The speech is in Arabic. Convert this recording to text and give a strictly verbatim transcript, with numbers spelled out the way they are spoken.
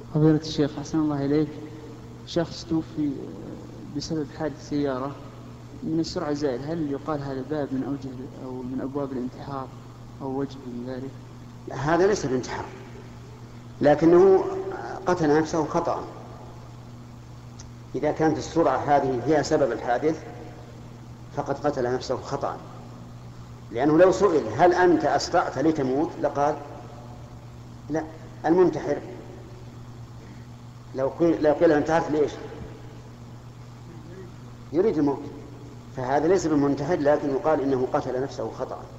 فضيلة الشيخ أحسن الله إليك، شخص توفي بسبب حادث سيارة من السرعة الزائد، هل يقال هذا باب من أوجه أو من أبواب الانتحار أو وجه من ذلك؟ هذا ليس الانتحار، لكنه قتل نفسه خطأ. إذا كانت السرعة هذه هي سبب الحادث فقد قتل نفسه خطأ، لأنه لو سئل هل أنت أسرعت لتموت لقال لا، المنتحر. لو قيل لو قيل انتحرت ليش؟ يريد الموت، فهذا ليس بالمنتحر، لكن يقال إنه قتل نفسه خطأ.